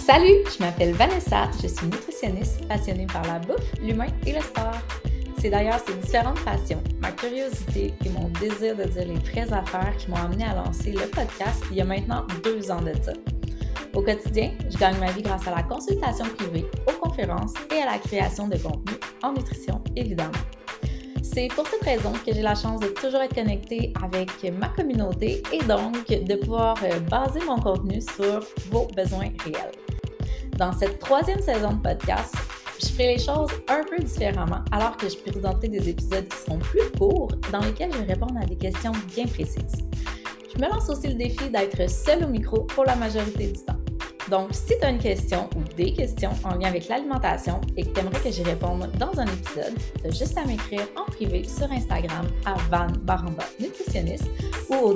Salut, je m'appelle Vanessa, je suis nutritionniste passionnée par la bouffe, l'humain et le sport. C'est d'ailleurs ces différentes passions, ma curiosité et mon désir de dire les vraies affaires qui m'ont amené à lancer le podcast il y a maintenant 2 ans de ça. Au quotidien, je gagne ma vie grâce à la consultation privée, aux conférences et à la création de contenu en nutrition, évidemment. C'est pour cette raison que j'ai la chance de toujours être connectée avec ma communauté et donc de pouvoir baser mon contenu sur vos besoins réels. Dans cette 3e saison de podcast, je ferai les choses un peu différemment alors que je présenterai des épisodes qui seront plus courts dans lesquels je vais répondre à des questions bien précises. Je me lance aussi le défi d'être seule au micro pour la majorité du temps. Donc, si tu as une question ou des questions en lien avec l'alimentation et que tu aimerais que j'y réponde dans un épisode, tu as juste à m'écrire en privé sur Instagram à van_nutritionniste ou au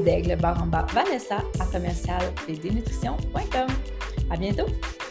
daigle_vanessa@commercial-nutrition.com. À bientôt!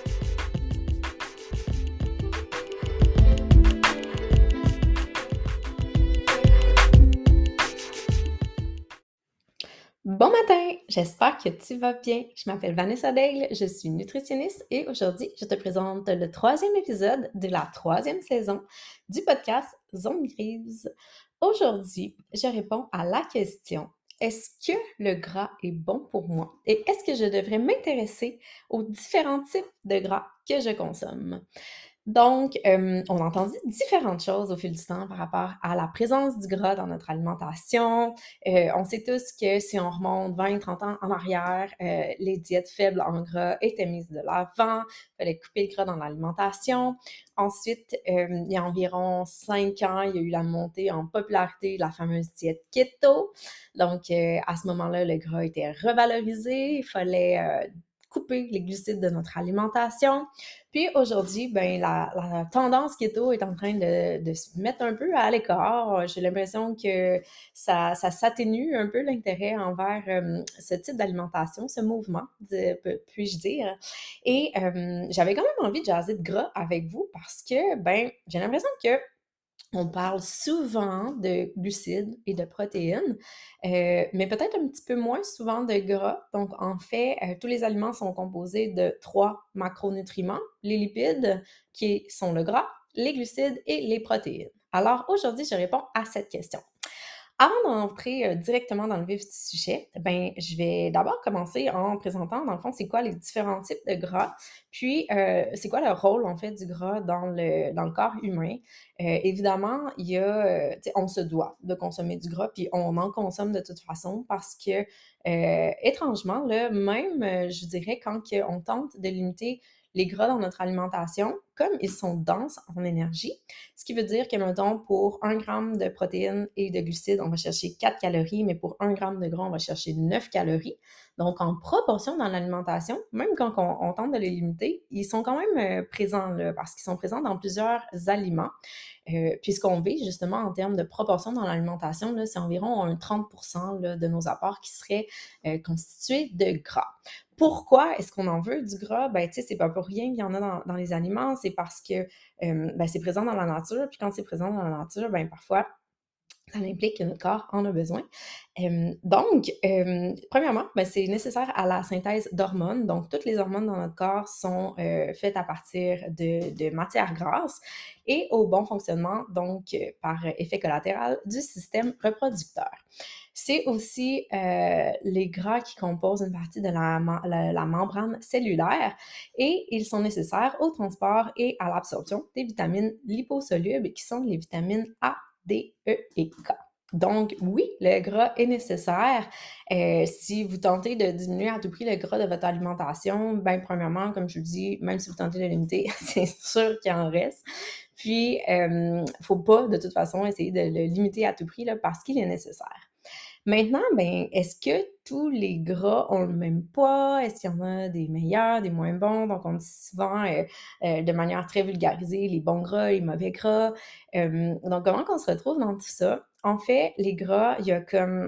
Bon matin! J'espère que tu vas bien. Je m'appelle Vanessa Daigle, je suis nutritionniste et aujourd'hui, je te présente le 3e épisode de la 3e saison du podcast Zone Grise. Aujourd'hui, je réponds à la question: est-ce que le gras est bon pour moi? Et est-ce que je devrais m'intéresser aux différents types de gras que je consomme? Donc, on a entendu différentes choses au fil du temps par rapport à la présence du gras dans notre alimentation. On sait tous que si on remonte 20-30 ans en arrière, les diètes faibles en gras étaient mises de l'avant, il fallait couper le gras dans l'alimentation. Ensuite, il y a environ 5 ans, il y a eu la montée en popularité de la fameuse diète keto. Donc, à ce moment-là, le gras était revalorisé, il fallait couper les glucides de notre alimentation. Puis aujourd'hui, ben la tendance keto est en train de se mettre un peu à l'écart. J'ai l'impression que ça s'atténue un peu l'intérêt envers ce type d'alimentation, ce mouvement, puis-je dire. Et j'avais quand même envie de jaser de gras avec vous parce que, ben, j'ai l'impression que on parle souvent de glucides et de protéines, mais peut-être un petit peu moins souvent de gras. Donc, en fait, tous les aliments sont composés de 3 macronutriments: les lipides, qui sont le gras, les glucides et les protéines. Alors, aujourd'hui, je réponds à cette question. Avant d'entrer directement dans le vif du sujet, ben, je vais d'abord commencer en présentant, dans le fond, c'est quoi les différents types de gras, puis c'est quoi le rôle, en fait, du gras dans le corps humain. Évidemment, il y a, on se doit de consommer du gras, puis on en consomme de toute façon parce que, étrangement, là, même, je dirais, quand on tente de limiter les gras dans notre alimentation, comme ils sont denses en énergie, ce qui veut dire que, mettons, pour 1 gramme de protéines et de glucides, on va chercher 4 calories, mais pour 1 gramme de gras, on va chercher 9 calories. Donc, en proportion dans l'alimentation, même quand on tente de les limiter, ils sont quand même présents, là, parce qu'ils sont présents dans plusieurs aliments. Puis ce qu'on vise justement en termes de proportion dans l'alimentation, là, c'est environ un 30% là, de nos apports qui seraient constitués de gras. Pourquoi est-ce qu'on en veut du gras? Ben, tu sais, c'est pas pour rien qu'il y en a dans les aliments, c'est parce que ben, c'est présent dans la nature, puis quand c'est présent dans la nature, ben, parfois, ça implique que notre corps en a besoin. Donc, premièrement, ben, c'est nécessaire à la synthèse d'hormones. Donc, toutes les hormones dans notre corps sont faites à partir de matières grasses et au bon fonctionnement, donc par effet collatéral, du système reproducteur. C'est aussi les gras qui composent une partie de la membrane cellulaire et ils sont nécessaires au transport et à l'absorption des vitamines liposolubles qui sont les vitamines A, D, E et K. Donc, oui, le gras est nécessaire. Si vous tentez de diminuer à tout prix le gras de votre alimentation, ben premièrement, comme je vous dis, même si vous tentez de le limiter, c'est sûr qu'il en reste. Puis, faut pas, de toute façon, essayer de le limiter à tout prix là, parce qu'il est nécessaire. Maintenant, ben, est-ce que tous les gras ont le même poids? Est-ce qu'il y en a des meilleurs, des moins bons? Donc, on dit souvent, de manière très vulgarisée, les bons gras, les mauvais gras. Donc, comment qu'on se retrouve dans tout ça? En fait, les gras, il y a comme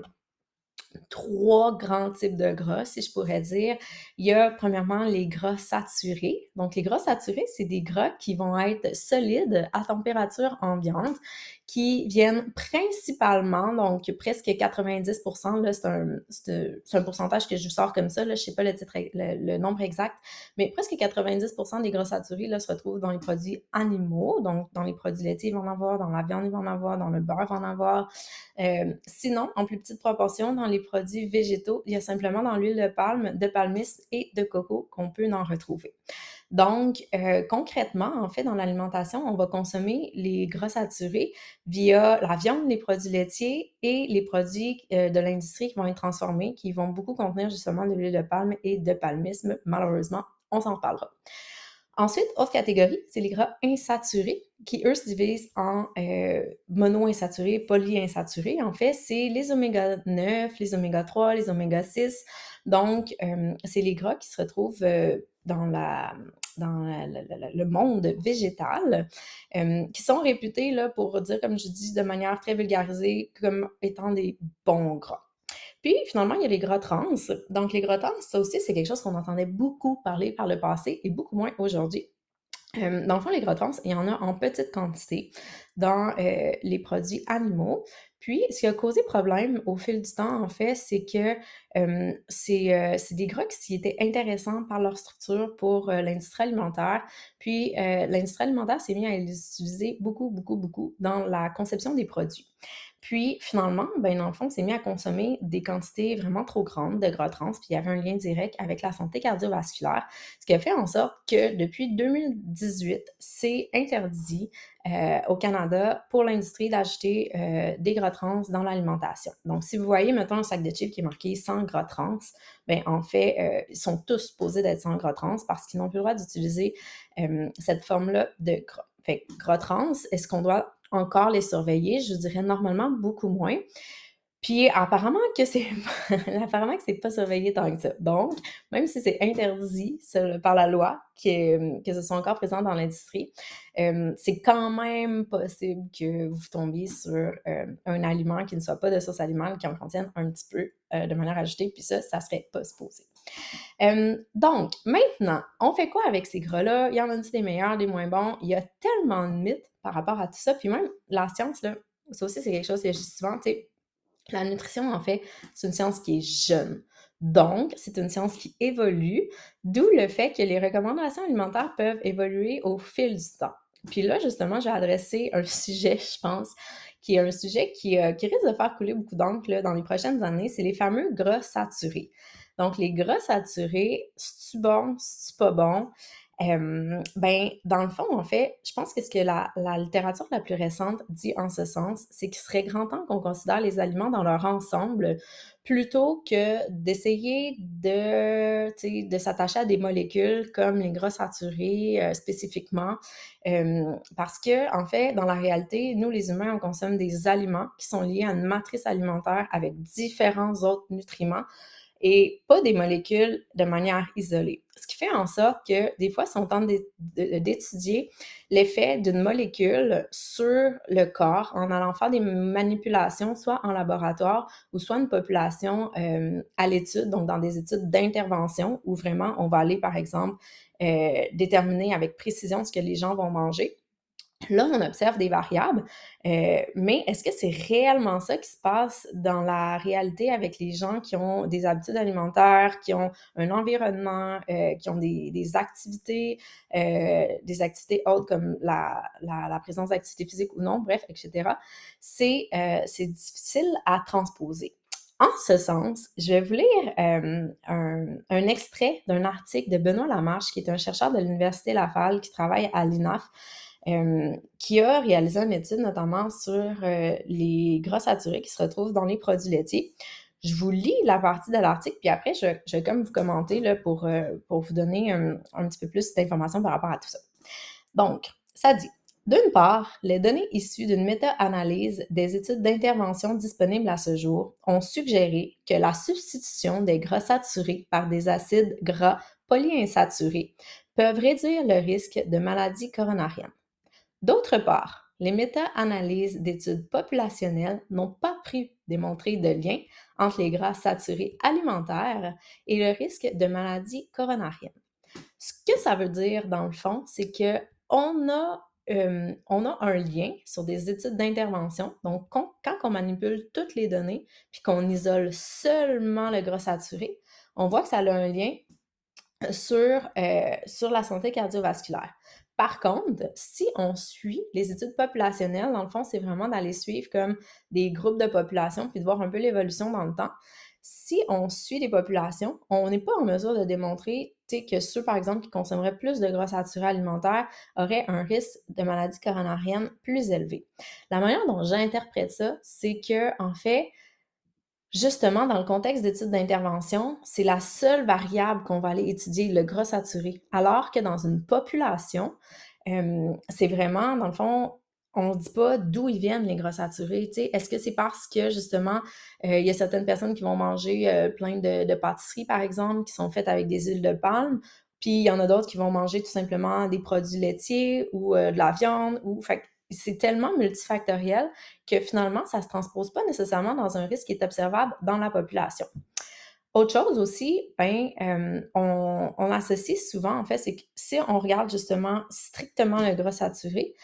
3 grands types de gras, si je pourrais dire. Il y a premièrement les gras saturés. Donc, les gras saturés, c'est des gras qui vont être solides à température ambiante, qui viennent principalement, donc presque 90%, là, c'est un pourcentage que je vous sors comme ça, là, je ne sais pas le nombre exact, mais presque 90% des gras saturés là, se retrouvent dans les produits animaux, donc dans les produits laitiers, il va en avoir, dans la viande, il va en avoir, dans le beurre, il va en avoir. Sinon, en plus petite proportion, dans les produits végétaux, il y a simplement dans l'huile de palme, de palmiste et de coco qu'on peut en retrouver. Donc, concrètement, en fait, dans l'alimentation, on va consommer les gras saturés via la viande, les produits laitiers et les produits de l'industrie qui vont être transformés, qui vont beaucoup contenir justement de l'huile de palme et de palmisme. Malheureusement, on s'en reparlera. Ensuite, autre catégorie, c'est les gras insaturés, qui eux se divisent en monoinsaturés, polyinsaturés. En fait, c'est les oméga 9, les oméga 3, les oméga 6. Donc, c'est les gras qui se retrouvent dans le monde végétal, qui sont réputés, là, pour dire, comme je dis de manière très vulgarisée, comme étant des bons gras. Puis, finalement, il y a les gras trans. Donc, les gras trans, ça aussi, c'est quelque chose qu'on entendait beaucoup parler par le passé et beaucoup moins aujourd'hui. Dans le fond, les gras trans, il y en a en petite quantité dans les produits animaux. Puis, ce qui a causé problème au fil du temps, en fait, c'est que c'est des gras qui étaient intéressants par leur structure pour l'industrie alimentaire. Puis, l'industrie alimentaire s'est mise à les utiliser beaucoup, beaucoup, beaucoup dans la conception des produits. Puis, finalement, ben, dans le fond, on s'est mis à consommer des quantités vraiment trop grandes de gras trans, puis il y avait un lien direct avec la santé cardiovasculaire, ce qui a fait en sorte que depuis 2018, c'est interdit au Canada pour l'industrie d'ajouter des gras trans dans l'alimentation. Donc, si vous voyez, mettons, un sac de chips qui est marqué sans gras trans, ben, en fait, ils sont tous supposés d'être sans gras trans parce qu'ils n'ont plus le droit d'utiliser cette forme-là de gras. Fait que gras trans, est-ce qu'on doit encore les surveiller? Je dirais normalement beaucoup moins. Puis apparemment que c'est apparemment que c'est pas surveillé tant que ça. Donc, même si c'est interdit par la loi que ce soit encore présent dans l'industrie, c'est quand même possible que vous tombiez sur un aliment qui ne soit pas de source animale, qui en contienne un petit peu de manière ajoutée, puis ça serait pas supposé. Donc, maintenant, on fait quoi avec ces gras-là? Il y en a des meilleurs, des moins bons. Il y a tellement de mythes par rapport à tout ça. Puis même la science, là, ça aussi, c'est quelque chose que je dis souvent, tu sais, la nutrition, en fait, c'est une science qui est jeune. Donc, c'est une science qui évolue, d'où le fait que les recommandations alimentaires peuvent évoluer au fil du temps. Puis là, justement, j'ai adressé un sujet, je pense, qui est un sujet qui risque de faire couler beaucoup d'encre dans les prochaines années, c'est les fameux gras saturés. Donc, les gras saturés, c'est-tu bon, c'est-tu pas bon? Ben, dans le fond, en fait, je pense que ce que la littérature la plus récente dit en ce sens, c'est qu'il serait grand temps qu'on considère les aliments dans leur ensemble plutôt que d'essayer de s'attacher à des molécules comme les gras saturés spécifiquement. Parce que, en fait, dans la réalité, nous, les humains, on consomme des aliments qui sont liés à une matrice alimentaire avec différents autres nutriments et pas des molécules de manière isolée. Ce qui fait en sorte que des fois, si on tente d'étudier l'effet d'une molécule sur le corps en allant faire des manipulations, soit en laboratoire ou soit une population à l'étude, donc dans des études d'intervention où vraiment on va aller, par exemple, déterminer avec précision ce que les gens vont manger. Là, on observe des variables, mais est-ce que c'est réellement ça qui se passe dans la réalité avec les gens qui ont des habitudes alimentaires, qui ont un environnement, qui ont des activités autres comme la présence d'activités physiques ou non, bref, etc. C'est difficile à transposer. En ce sens, je vais vous lire un extrait d'un article de Benoît Lamarche, qui est un chercheur de l'Université Laval qui travaille à l'INAF, qui a réalisé une étude notamment sur les gras saturés qui se retrouvent dans les produits laitiers. Je vous lis la partie de l'article, puis après, je vais comme vous commenter là, pour vous donner un petit peu plus d'informations par rapport à tout ça. Donc, ça dit, d'une part, les données issues d'une méta-analyse des études d'intervention disponibles à ce jour ont suggéré que la substitution des gras saturés par des acides gras polyinsaturés peuvent réduire le risque de maladies coronariennes. D'autre part, les méta-analyses d'études populationnelles n'ont pas pu démontrer de lien entre les gras saturés alimentaires et le risque de maladies coronariennes. Ce que ça veut dire, dans le fond, c'est qu'on a on a un lien sur des études d'intervention. Donc, quand on manipule toutes les données, puis qu'on isole seulement le gras saturé, on voit que ça a un lien sur la santé cardiovasculaire. Par contre, si on suit les études populationnelles, dans le fond, c'est vraiment d'aller suivre comme des groupes de population puis de voir un peu l'évolution dans le temps. Si on suit les populations, on n'est pas en mesure de démontrer que ceux, par exemple, qui consommeraient plus de gras saturés alimentaires auraient un risque de maladie coronarienne plus élevé. La manière dont j'interprète ça, c'est que, en fait, justement, dans le contexte d'études d'intervention, c'est la seule variable qu'on va aller étudier, le gras saturé. Alors que dans une population, c'est vraiment, dans le fond, on ne dit pas d'où ils viennent les gras saturés. Est-ce que c'est parce que, justement, il y a certaines personnes qui vont manger plein de pâtisseries, par exemple, qui sont faites avec des huiles de palme, puis il y en a d'autres qui vont manger tout simplement des produits laitiers ou de la viande. Fait que c'est tellement multifactoriel que finalement, ça ne se transpose pas nécessairement dans un risque qui est observable dans la population. Autre chose aussi, on associe souvent, en fait, c'est que si on regarde justement strictement le gras saturé,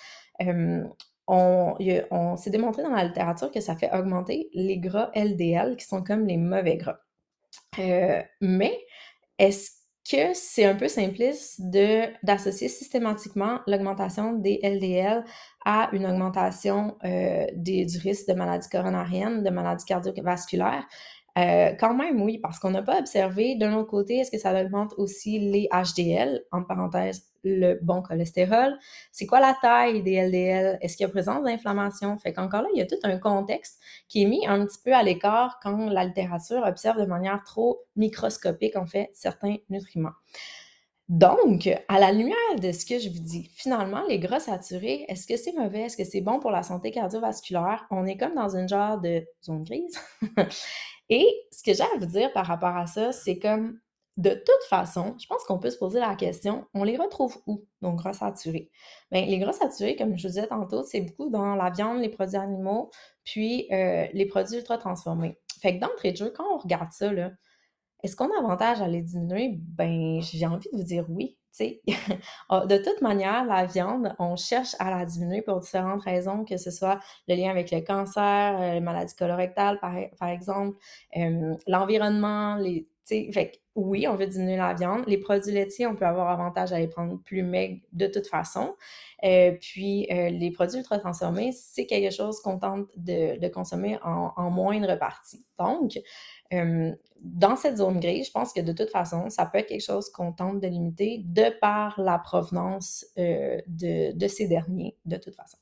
on s'est démontré dans la littérature que ça fait augmenter les gras LDL, qui sont comme les mauvais gras. Mais est-ce que c'est un peu simpliste d'associer systématiquement l'augmentation des LDL à une augmentation du risque de maladie coronarienne, de maladie cardiovasculaire? Quand même, oui, parce qu'on n'a pas observé, d'un autre côté, est-ce que ça augmente aussi les HDL, en parenthèse, le bon cholestérol? C'est quoi la taille des LDL? Est-ce qu'il y a présence d'inflammation? Fait qu'encore là, il y a tout un contexte qui est mis un petit peu à l'écart quand la littérature observe de manière trop microscopique, en fait, certains nutriments. Donc, à la lumière de ce que je vous dis, finalement, les gras saturés, est-ce que c'est mauvais? Est-ce que c'est bon pour la santé cardiovasculaire? On est comme dans une genre de zone grise. Et ce que j'ai à vous dire par rapport à ça, c'est comme, de toute façon, je pense qu'on peut se poser la question, on les retrouve où, nos gras saturés? Bien, les gras saturés, comme je vous disais tantôt, c'est beaucoup dans la viande, les produits animaux, puis les produits ultra transformés. Fait que d'entrée de jeu, quand on regarde ça, là, est-ce qu'on a avantage à les diminuer? Ben, j'ai envie de vous dire oui. Tu sais, de toute manière, la viande, on cherche à la diminuer pour différentes raisons, que ce soit le lien avec le cancer, les maladies colorectales, par exemple, l'environnement, fait que oui, on veut diminuer la viande. Les produits laitiers, on peut avoir avantage à les prendre plus maigres de toute façon. Puis, les produits ultra transformés, c'est quelque chose qu'on tente de consommer en moindre partie. Donc, dans cette zone grise, je pense que de toute façon, ça peut être quelque chose qu'on tente de limiter de par la provenance de ces derniers, de toute façon.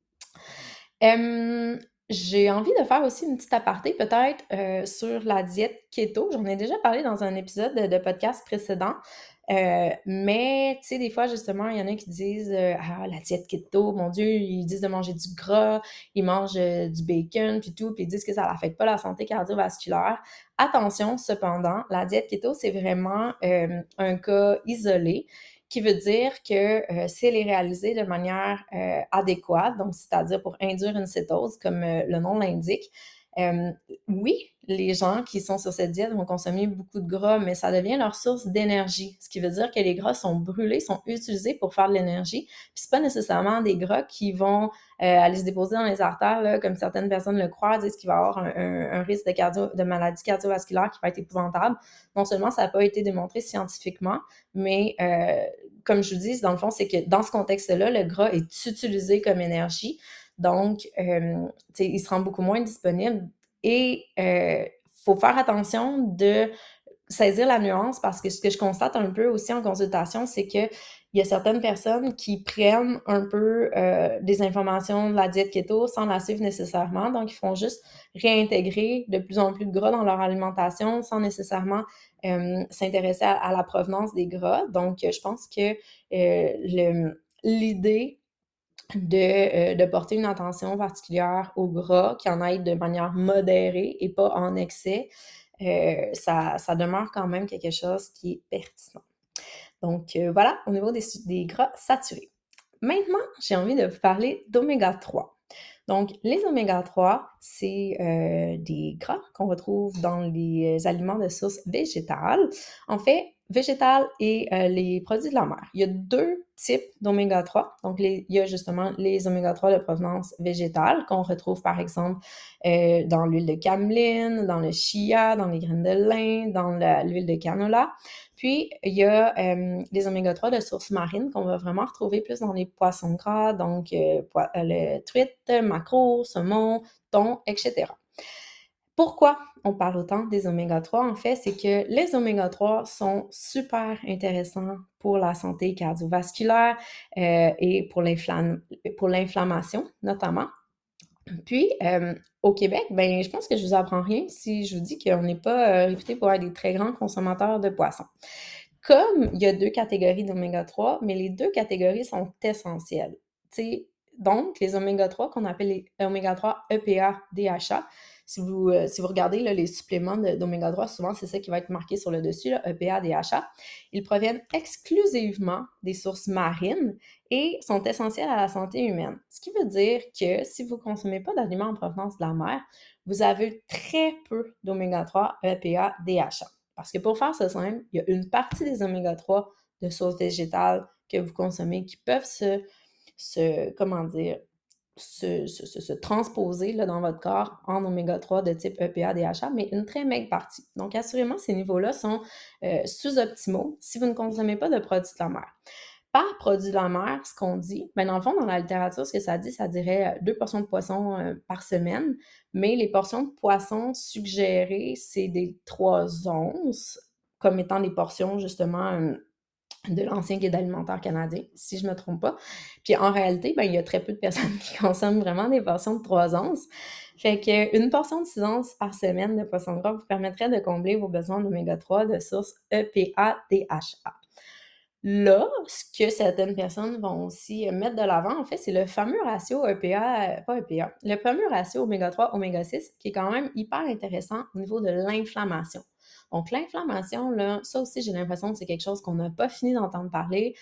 J'ai envie de faire aussi une petite aparté peut-être sur la diète keto. J'en ai déjà parlé dans un épisode de podcast précédent. Mais, tu sais, des fois, justement, il y en a qui disent ah, la diète keto, mon Dieu, ils disent de manger du gras, ils mangent du bacon, puis tout, puis ils disent que ça n'affecte pas la santé cardiovasculaire. Attention, cependant, la diète keto, c'est vraiment un cas isolé qui veut dire que si elle est réalisée de manière adéquate, donc c'est-à-dire pour induire une cétose, comme le nom l'indique, oui, les gens qui sont sur cette diète vont consommer beaucoup de gras, mais ça devient leur source d'énergie, ce qui veut dire que les gras sont brûlés, sont utilisés pour faire de l'énergie, puis c'est pas nécessairement des gras qui vont aller se déposer dans les artères, là, comme certaines personnes le croient, disent qu'il va y avoir un risque de maladie cardiovasculaire qui va être épouvantable. Non seulement ça n'a pas été démontré scientifiquement, mais comme je vous dis, dans le fond, c'est que dans ce contexte-là, le gras est utilisé comme énergie. Donc, il se rend beaucoup moins disponible et faut faire attention de saisir la nuance parce que ce que je constate un peu aussi en consultation, c'est qu'il y a certaines personnes qui prennent un peu des informations de la diète keto sans la suivre nécessairement. Donc, ils font juste réintégrer de plus en plus de gras dans leur alimentation sans nécessairement s'intéresser à la provenance des gras. Donc, je pense que l'idée de porter une attention particulière au gras, qui en aille de manière modérée et pas en excès, ça demeure quand même quelque chose qui est pertinent. Donc voilà, au niveau des gras saturés. Maintenant, j'ai envie de vous parler d'oméga 3. Donc, les oméga 3, c'est des gras qu'on retrouve dans les aliments de source végétale. En fait, végétales et les produits de la mer. Il y a deux types d'oméga 3. Donc, il y a justement les oméga 3 de provenance végétale qu'on retrouve par exemple dans l'huile de cameline, dans le chia, dans les graines de lin, dans l'huile de canola. Puis, il y a les oméga 3 de source marine qu'on va vraiment retrouver plus dans les poissons gras, donc le truite, maquereau, saumon, thon, etc. Pourquoi on parle autant des oméga 3? En fait, c'est que les oméga 3 sont super intéressants pour la santé cardiovasculaire et pour l'inflammation notamment. Puis, au Québec, ben, je pense que je vous apprends rien si je vous dis qu'on n'est pas réputé pour être des très grands consommateurs de poissons. Comme il y a deux catégories d'oméga 3, mais les deux catégories sont essentielles. T'sais, donc, les oméga 3 qu'on appelle les oméga 3 EPA, DHA, si vous regardez là, les suppléments d'oméga 3, souvent c'est ça qui va être marqué sur le dessus, là, EPA, DHA, ils proviennent exclusivement des sources marines et sont essentiels à la santé humaine. Ce qui veut dire que si vous ne consommez pas d'aliments en provenance de la mer, vous avez très peu d'oméga 3, EPA, DHA. Parce que pour faire ça simple, il y a une partie des oméga 3 de sources végétales que vous consommez qui peuvent comment dire, se transposer là, dans votre corps en oméga 3 de type EPA, DHA, mais une très maigre partie. Donc, assurément, ces niveaux-là sont sous-optimaux si vous ne consommez pas de produits de la mer. Par produit de la mer, ce qu'on dit, ben dans le fond, dans la littérature, ce que ça dit, ça dirait 2 portions de poisson par semaine, mais les portions de poisson suggérées, c'est des 3 onces, comme étant des portions, justement, de l'ancien guide alimentaire canadien, si je ne me trompe pas. Puis en réalité, ben, il y a très peu de personnes qui consomment vraiment des portions de 3 onces. Fait qu'une portion de 6 onces par semaine de poisson gras vous permettrait de combler vos besoins d'oméga 3 de source EPA, DHA. Là, ce que certaines personnes vont aussi mettre de l'avant, en fait, c'est le fameux ratio EPA, pas EPA, le fameux ratio oméga 3, oméga 6, qui est quand même hyper intéressant au niveau de l'inflammation. Donc, l'inflammation, là, ça aussi, j'ai l'impression que c'est quelque chose qu'on n'a pas fini d'entendre parler.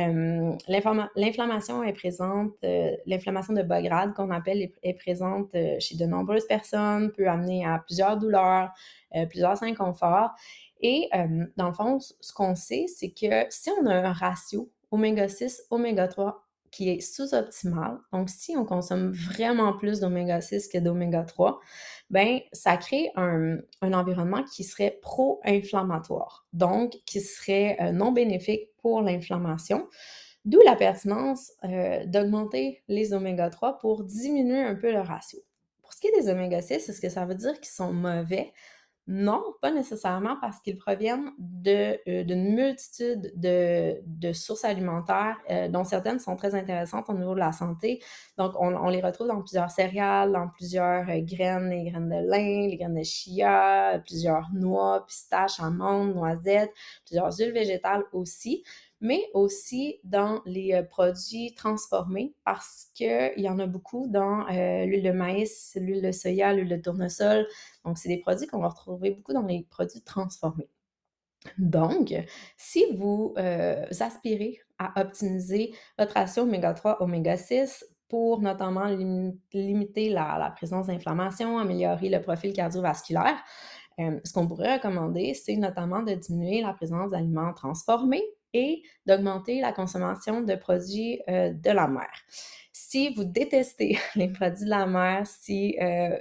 L'inflammation est présente, l'inflammation de bas grade qu'on appelle est présente chez de nombreuses personnes, peut amener à plusieurs douleurs, plusieurs inconforts. Et dans le fond, ce qu'on sait, c'est que si on a un ratio oméga 6, oméga 3 qui est sous-optimal, donc si on consomme vraiment plus d'oméga 6 que d'oméga 3, ben ça crée un environnement qui serait pro-inflammatoire, donc qui serait non bénéfique pour l'inflammation. D'où la pertinence d'augmenter les oméga 3 pour diminuer un peu le ratio. Pour ce qui est des oméga 6, est-ce que ça veut dire qu'ils sont mauvais? Non, pas nécessairement parce qu'ils proviennent d'une multitude de sources alimentaires, dont certaines sont très intéressantes au niveau de la santé. Donc, on les retrouve dans plusieurs céréales, dans plusieurs graines, les graines de lin, les graines de chia, plusieurs noix, pistaches, amandes, noisettes, plusieurs huiles végétales aussi, mais aussi dans les produits transformés parce qu'il y en a beaucoup dans l'huile de maïs, l'huile de soya, l'huile de tournesol. Donc, c'est des produits qu'on va retrouver beaucoup dans les produits transformés. Donc, si vous aspirez à optimiser votre ratio oméga 3, oméga 6 pour notamment limiter la présence d'inflammation, améliorer le profil cardiovasculaire, ce qu'on pourrait recommander, c'est notamment de diminuer la présence d'aliments transformés et d'augmenter la consommation de produits de la mer. Si vous détestez les produits de la mer, si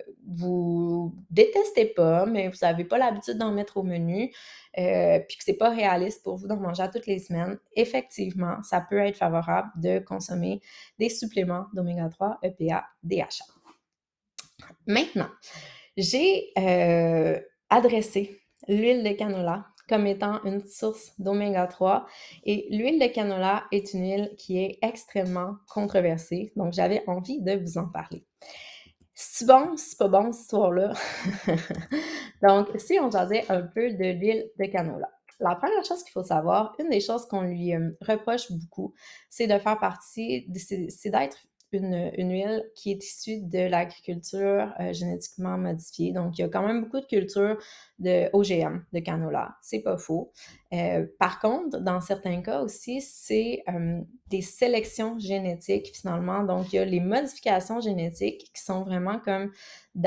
vous détestez pas, mais vous n'avez pas l'habitude d'en mettre au menu, puis que c'est pas réaliste pour vous d'en manger à toutes les semaines, effectivement, ça peut être favorable de consommer des suppléments d'oméga 3, EPA, DHA. Maintenant, j'ai adressé l'huile de canola comme étant une source d'oméga 3 et l'huile de canola est une huile qui est extrêmement controversée, donc j'avais envie de vous en parler. C'est bon, c'est pas bon cette histoire-là. Donc, si on jasait un peu de l'huile de canola. La première chose qu'il faut savoir, une des choses qu'on lui reproche beaucoup, c'est de faire partie, c'est d'être une huile qui est issue de l'agriculture génétiquement modifiée. Donc, il y a quand même beaucoup de cultures de OGM, de canola. C'est pas faux. Par contre, dans certains cas aussi, c'est des sélections génétiques finalement. Donc, il y a les modifications génétiques qui sont vraiment comme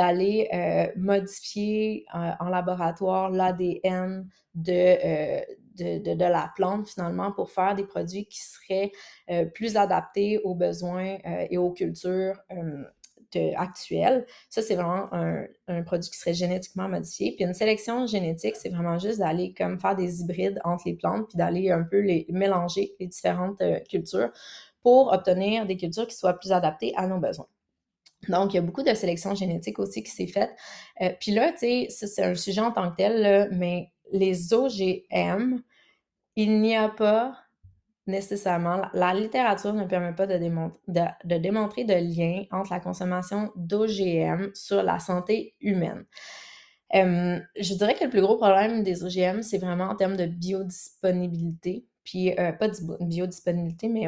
d'aller modifier en laboratoire l'ADN de la plante finalement pour faire des produits qui seraient plus adaptés aux besoins et aux cultures actuelles. Ça, c'est vraiment un produit qui serait génétiquement modifié. Puis une sélection génétique, c'est vraiment juste d'aller comme faire des hybrides entre les plantes puis d'aller un peu les mélanger les différentes cultures pour obtenir des cultures qui soient plus adaptées à nos besoins. Donc, il y a beaucoup de sélection génétique aussi qui s'est faite. Puis là, tu sais, ça, c'est un sujet en tant que tel, là, mais les OGM, il n'y a pas nécessairement, la littérature ne permet pas de démontrer de lien entre la consommation d'OGM sur la santé humaine. Je dirais que le plus gros problème des OGM, c'est vraiment en termes de biodisponibilité. Puis, pas de biodisponibilité, mais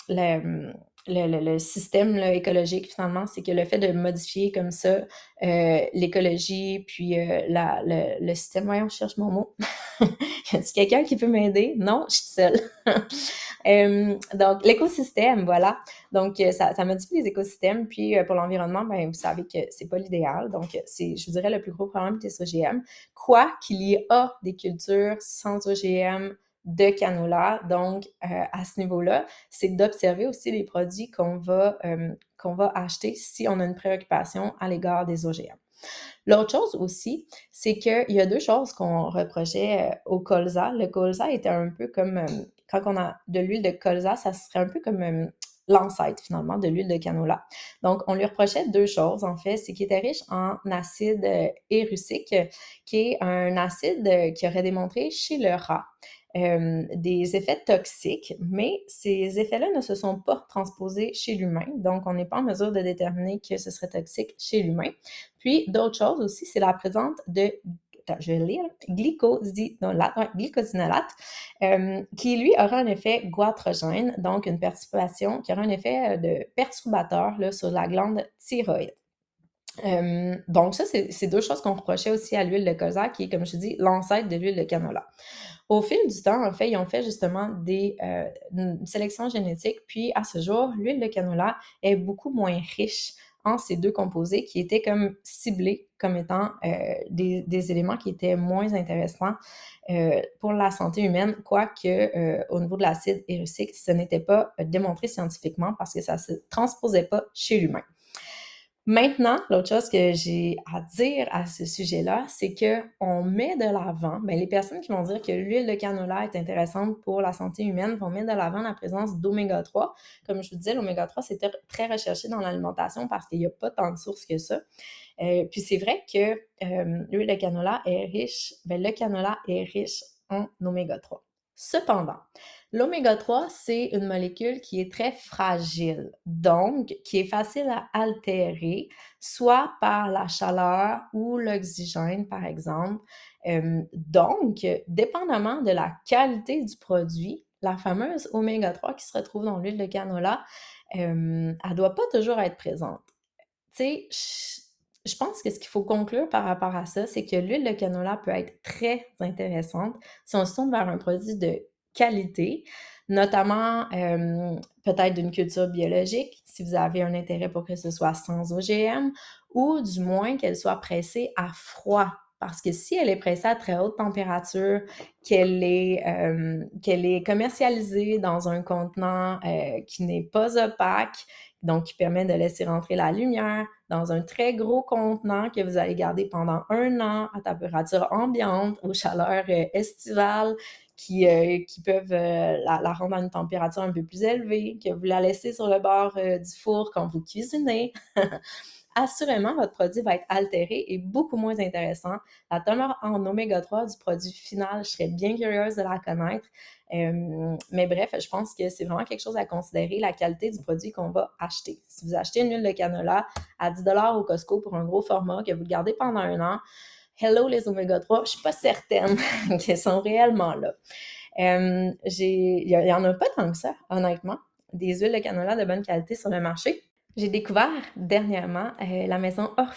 le système là, écologique, finalement, c'est que le fait de modifier comme ça l'écologie, puis le système... Voyons, je cherche mon mot. Y a-t-il quelqu'un qui peut m'aider? Non, je suis seule. Donc, l'écosystème, voilà. Donc, ça modifie les écosystèmes. Puis, pour l'environnement, ben, vous savez que c'est pas l'idéal. Donc, c'est, je vous dirais, le plus gros problème des OGM. Quoi qu'il y a des cultures sans OGM de canola. Donc, à ce niveau-là, c'est d'observer aussi les produits qu'on va acheter si on a une préoccupation à l'égard des OGM. L'autre chose aussi, c'est qu'il y a deux choses qu'on reprochait au colza. Le colza était un peu comme, quand on a de l'huile de colza, ça serait un peu comme l'ancêtre finalement de l'huile de canola. Donc, on lui reprochait deux choses en fait, c'est qu'il était riche en acide érucique, qui est un acide qui aurait démontré chez le rat des effets toxiques, mais ces effets-là ne se sont pas transposés chez l'humain, donc on n'est pas en mesure de déterminer que ce serait toxique chez l'humain. Puis, d'autres choses aussi, c'est la présence de je vais lire, glycosinolate, qui lui aura un effet goitrogène, donc une perturbation qui aura un effet de perturbateur là, sur la glande thyroïde. Donc ça, c'est deux choses qu'on reprochait aussi à l'huile de colza, qui est, comme je dis, l'ancêtre de l'huile de canola. Au fil du temps, en fait, ils ont fait justement une sélection génétique, puis à ce jour, l'huile de canola est beaucoup moins riche en ces deux composés qui étaient comme ciblés comme étant des éléments qui étaient moins intéressants pour la santé humaine, quoique au niveau de l'acide érucique, ce n'était pas démontré scientifiquement parce que ça ne se transposait pas chez l'humain. Maintenant, l'autre chose que j'ai à dire à ce sujet-là, c'est qu'on met de l'avant, les personnes qui vont dire que l'huile de canola est intéressante pour la santé humaine vont mettre de l'avant la présence d'oméga 3. Comme je vous disais, l'oméga 3, c'est très recherché dans l'alimentation parce qu'il n'y a pas tant de sources que ça. Puis c'est vrai que l'huile de canola est riche, le canola est riche en oméga 3. Cependant, l'oméga 3, c'est une molécule qui est très fragile, donc qui est facile à altérer, soit par la chaleur ou l'oxygène, par exemple. Donc, dépendamment de la qualité du produit, la fameuse oméga 3 qui se retrouve dans l'huile de canola, elle ne doit pas toujours être présente. Tu sais, je pense que ce qu'il faut conclure par rapport à ça, c'est que l'huile de canola peut être très intéressante si on se tourne vers un produit de qualité, notamment peut-être d'une culture biologique, si vous avez un intérêt pour que ce soit sans OGM, ou du moins qu'elle soit pressée à froid. Parce que si elle est pressée à très haute température, qu'elle est commercialisée dans un contenant qui n'est pas opaque, donc qui permet de laisser rentrer la lumière dans un très gros contenant que vous allez garder pendant 1 an à température ambiante, aux chaleurs estivales, qui peuvent la rendre à une température un peu plus élevée, que vous la laissez sur le bord du four quand vous cuisinez. Assurément, votre produit va être altéré et beaucoup moins intéressant. La teneur en oméga 3 du produit final, je serais bien curieuse de la connaître. Mais bref, je pense que c'est vraiment quelque chose à considérer, la qualité du produit qu'on va acheter. Si vous achetez une huile de canola à 10 $ au Costco pour un gros format, que vous le gardez pendant 1 an, hello les oméga 3, je ne suis pas certaine qu'elles sont réellement là. Il n'y en a pas tant que ça, honnêtement, des huiles de canola de bonne qualité sur le marché. J'ai découvert dernièrement la maison Orphée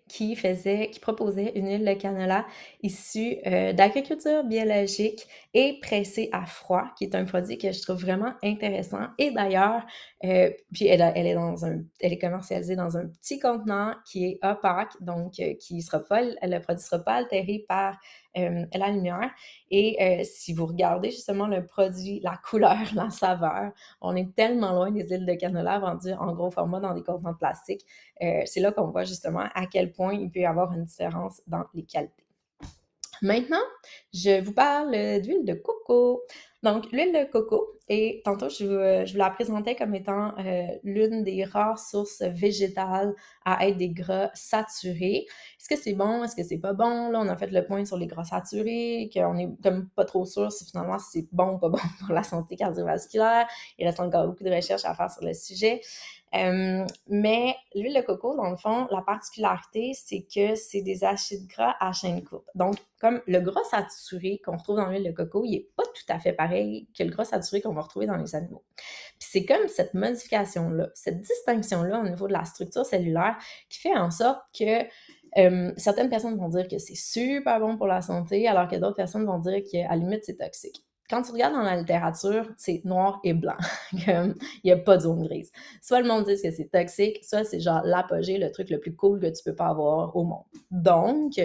qui proposait une huile de canola issue d'agriculture biologique et pressée à froid, qui est un produit que je trouve vraiment intéressant. Et d'ailleurs, puis elle est commercialisée dans un petit contenant qui est opaque, donc le produit ne sera pas altéré par la lumière. Et si vous regardez justement le produit, la couleur, la saveur, on est tellement loin des huiles de canola vendues en gros format dans des contenants de plastique. C'est là qu'on voit justement à quel point il peut y avoir une différence dans les qualités. Maintenant, je vous parle d'huile de coco. Donc, l'huile de coco, et tantôt, je vous la présentais comme étant l'une des rares sources végétales à être des gras saturés. Est-ce que c'est bon? Est-ce que c'est pas bon? Là, on a fait le point sur les gras saturés, qu'on est comme pas trop sûr si finalement c'est bon ou pas bon pour la santé cardiovasculaire. Il reste encore beaucoup de recherches à faire sur le sujet. Mais l'huile de coco, dans le fond, la particularité, c'est que c'est des acides gras à chaîne courte. Donc, comme le gras saturé qu'on retrouve dans l'huile de coco, il n'est pas tout à fait pareil que le gras saturé qu'on va retrouver dans les animaux. Puis c'est comme cette modification-là, cette distinction-là au niveau de la structure cellulaire qui fait en sorte que certaines personnes vont dire que c'est super bon pour la santé, alors que d'autres personnes vont dire qu'à la limite, c'est toxique. Quand tu regardes dans la littérature, c'est noir et blanc. Il n'y a pas de zone grise. Soit le monde dit que c'est toxique, soit c'est genre l'apogée, le truc le plus cool que tu peux pas avoir au monde. Donc,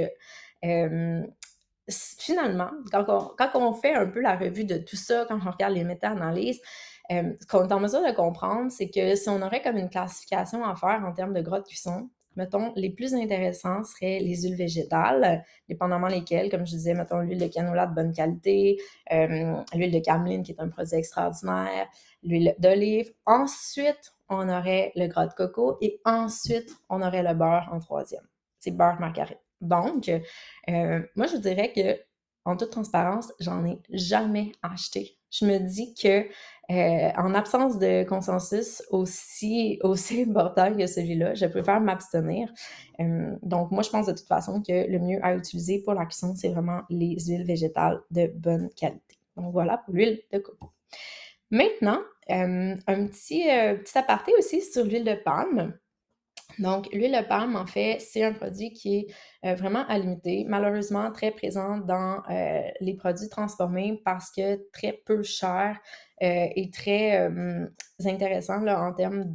finalement, quand on fait un peu la revue de tout ça, quand on regarde les méta-analyses, ce qu'on est en mesure de comprendre, c'est que si on aurait comme une classification à faire en termes de gras de cuisson, mettons, les plus intéressants seraient les huiles végétales, dépendamment lesquelles, comme je disais, mettons, l'huile de canola de bonne qualité, l'huile de cameline qui est un produit extraordinaire, l'huile d'olive. Ensuite, on aurait le gras de coco et ensuite, on aurait le beurre en troisième. C'est beurre margarine. Donc, moi, je dirais que, en toute transparence, j'en ai jamais acheté. Je me dis que en absence de consensus aussi important que celui-là, je préfère m'abstenir. Donc, moi, je pense de toute façon que le mieux à utiliser pour la cuisson, c'est vraiment les huiles végétales de bonne qualité. Donc, voilà pour l'huile de coco. Maintenant, un petit aparté aussi sur l'huile de palme. Donc, l'huile de palme, en fait, c'est un produit qui est vraiment à limiter, malheureusement très présent dans les produits transformés parce que très peu cher et très intéressant là, en termes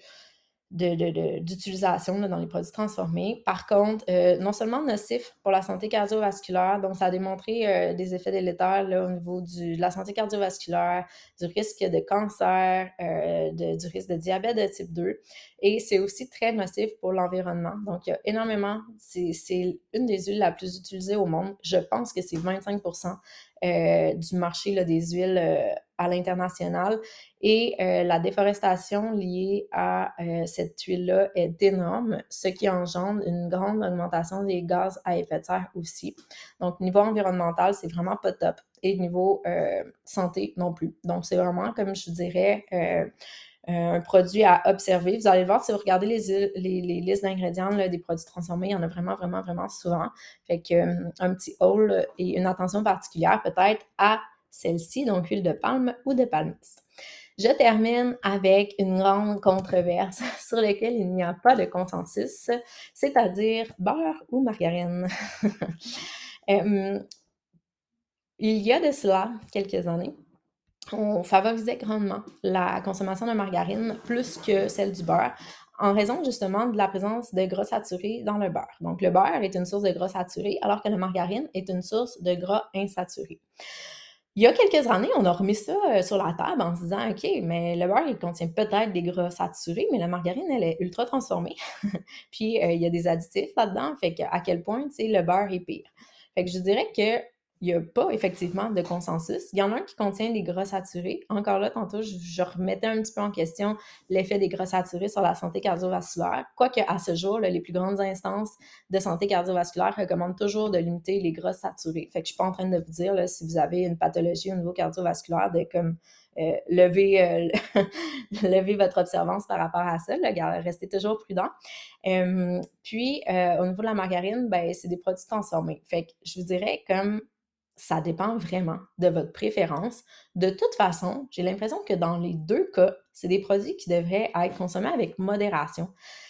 d'utilisation dans les produits transformés. Par contre, non seulement nocif pour la santé cardiovasculaire, donc ça a démontré des effets délétères là, au niveau de la santé cardiovasculaire, du risque de cancer, du risque de diabète de type 2. Et c'est aussi très nocif pour l'environnement. Donc, il y a énormément, c'est une des huiles la plus utilisée au monde. Je pense que c'est 25% du marché là, des huiles à l'international. Et la déforestation liée à cette huile-là est énorme, ce qui engendre une grande augmentation des gaz à effet de serre aussi. Donc, niveau environnemental, c'est vraiment pas top. Et niveau santé non plus. Donc, c'est vraiment, comme je dirais, un produit à observer. Vous allez voir, si vous regardez les listes d'ingrédients des produits transformés, il y en a vraiment, vraiment, vraiment souvent. Fait que un petit haul et une attention particulière peut-être à celle-ci, donc huile de palme ou de palmiste. Je termine avec une grande controverse sur laquelle il n'y a pas de consensus, c'est-à-dire beurre ou margarine. Il y a de cela quelques années, on favorisait grandement la consommation de margarine plus que celle du beurre, en raison justement de la présence de gras saturés dans le beurre. Donc, le beurre est une source de gras saturés, alors que la margarine est une source de gras insaturés. Il y a quelques années, on a remis ça sur la table en se disant, OK, mais le beurre, il contient peut-être des gras saturés, mais la margarine, elle est ultra transformée. Puis, il y a des additifs là-dedans, fait à quel point, tu sais, le beurre est pire. Fait que je dirais que il n'y a pas effectivement de consensus. Il y en a un qui contient des gras saturés. Encore là, tantôt, je remettais un petit peu en question l'effet des gras saturés sur la santé cardiovasculaire. Quoique, à ce jour, là, les plus grandes instances de santé cardiovasculaire recommandent toujours de limiter les gras saturés. Fait que je suis pas en train de vous dire, là, si vous avez une pathologie au niveau cardiovasculaire, de comme lever votre observance par rapport à ça. Là, restez toujours prudent. Puis, au niveau de la margarine, ben, c'est des produits transformés. Fait que je vous dirais comme ça dépend vraiment de votre préférence. De toute façon, j'ai l'impression que dans les deux cas, c'est des produits qui devraient être consommés avec modération.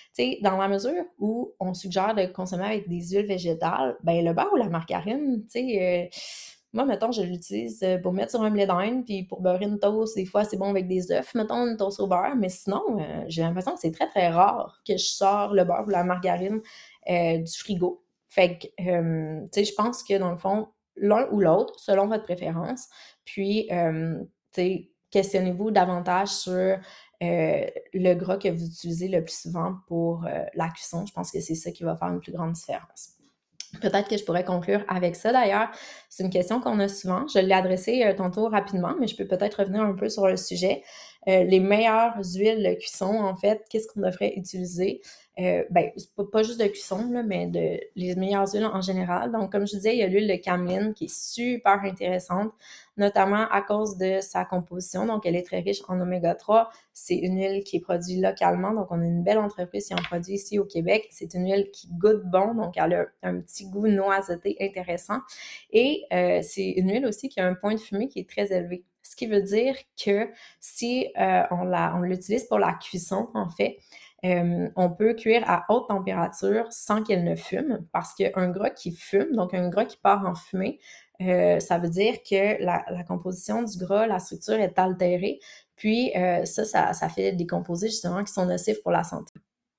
Tu sais, dans la mesure où on suggère de consommer avec des huiles végétales, ben le beurre ou la margarine, tu sais, moi, mettons, je l'utilise pour mettre sur un blé d'Inde, puis pour beurrer une toast, des fois, c'est bon avec des œufs, mettons, une toast au beurre, mais sinon, j'ai l'impression que c'est très, très rare que je sors le beurre ou la margarine du frigo. Fait que, tu sais, je pense que dans le fond, l'un ou l'autre, selon votre préférence, puis, tu sais, questionnez-vous davantage sur le gras que vous utilisez le plus souvent pour la cuisson. Je pense que c'est ça qui va faire une plus grande différence. Peut-être que je pourrais conclure avec ça d'ailleurs. C'est une question qu'on a souvent. Je l'ai adressée tantôt rapidement, mais je peux peut-être revenir un peu sur le sujet. Les meilleures huiles de cuisson, en fait, qu'est-ce qu'on devrait utiliser? Ben, c'est pas juste de cuisson, là, mais les meilleures huiles en général. Donc, comme je disais, il y a l'huile de cameline qui est super intéressante, notamment à cause de sa composition. Donc, elle est très riche en oméga 3. C'est une huile qui est produite localement. Donc, on a une belle entreprise qui en produit ici au Québec. C'est une huile qui goûte bon. Donc, elle a un petit goût noiseté intéressant. Et c'est une huile aussi qui a un point de fumée qui est très élevé. Ce qui veut dire que si on l'utilise pour la cuisson, en fait, on peut cuire à haute température sans qu'elle ne fume, parce qu'un gras qui fume, donc un gras qui part en fumée, ça veut dire que la composition du gras, la structure est altérée, puis ça fait des composés justement qui sont nocifs pour la santé.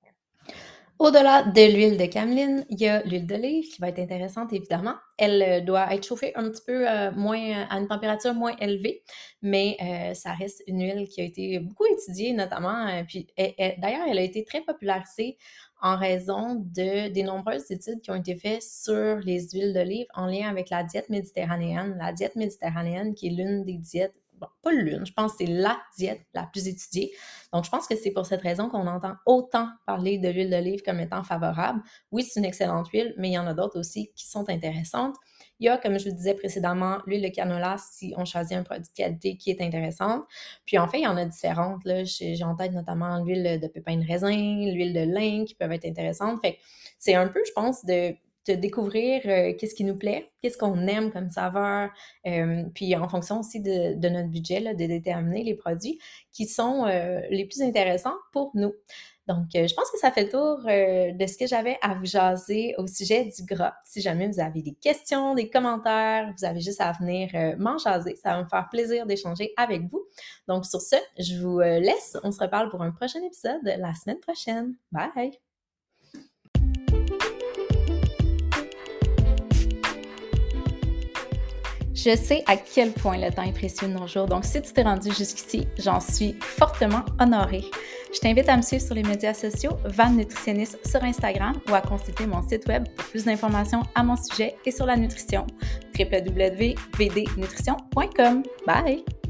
Au-delà de l'huile de cameline, il y a l'huile d'olive qui va être intéressante, évidemment. Elle doit être chauffée un petit peu moins à une température moins élevée, mais ça reste une huile qui a été beaucoup étudiée, notamment. Puis d'ailleurs, elle a été très popularisée en raison des nombreuses études qui ont été faites sur les huiles d'olive en lien avec la diète méditerranéenne. La diète méditerranéenne, qui est l'une des diètes, bon, pas l'une, je pense que c'est la diète la plus étudiée. Donc, je pense que c'est pour cette raison qu'on entend autant parler de l'huile d'olive comme étant favorable. Oui, c'est une excellente huile, mais il y en a d'autres aussi qui sont intéressantes. Il y a, comme je vous disais précédemment, l'huile de canola si on choisit un produit de qualité qui est intéressante. Puis en fait, il y en a différentes. Là. J'ai en tête notamment l'huile de pépins de raisin, l'huile de lin qui peuvent être intéressantes. Fait que c'est un peu, je pense, de découvrir qu'est-ce qui nous plaît, qu'est-ce qu'on aime comme saveur, puis en fonction aussi de notre budget, là, de déterminer les produits qui sont les plus intéressants pour nous. Donc, je pense que ça fait le tour de ce que j'avais à vous jaser au sujet du gras. Si jamais vous avez des questions, des commentaires, vous avez juste à venir m'en jaser. Ça va me faire plaisir d'échanger avec vous. Donc, sur ce, je vous laisse. On se reparle pour un prochain épisode la semaine prochaine. Bye! Je sais à quel point le temps est précieux de nos jours, donc si tu t'es rendu jusqu'ici, j'en suis fortement honorée. Je t'invite à me suivre sur les médias sociaux, Van Nutritionniste sur Instagram ou à consulter mon site web pour plus d'informations à mon sujet et sur la nutrition, www.vdnutrition.com. Bye!